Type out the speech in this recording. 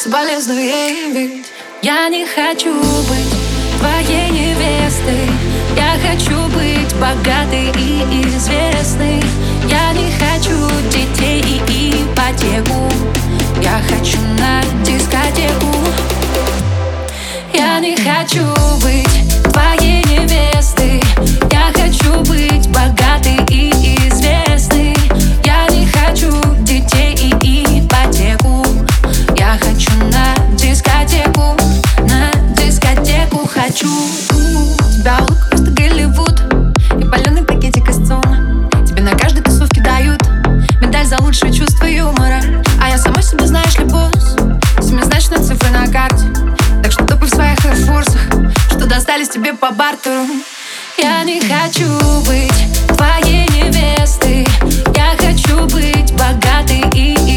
соболезную, ведь я не хочу быть твоей невестой. Я хочу быть богатой и известной. Я не хочу детей и ипотеку. Я хочу на дискотеку. Я не хочу быть твоей невестой. Я хочу быть богатой и известной. Я не хочу детей и ипотеку. Я хочу на дискотеку. На дискотеку хочу. Тебя улыбка просто Голливуд и паленый пакетик из ЦУМа. Тебе на каждой тусовке дают медаль за лучшее чувство юмора. А я сама себе, знаешь ли, босс. Семизначные цифры на карте. Так что топай в своих эйрфорсах, что достались тебе по бартеру. Я не хочу быть твоей невестой. Я хочу быть богатой и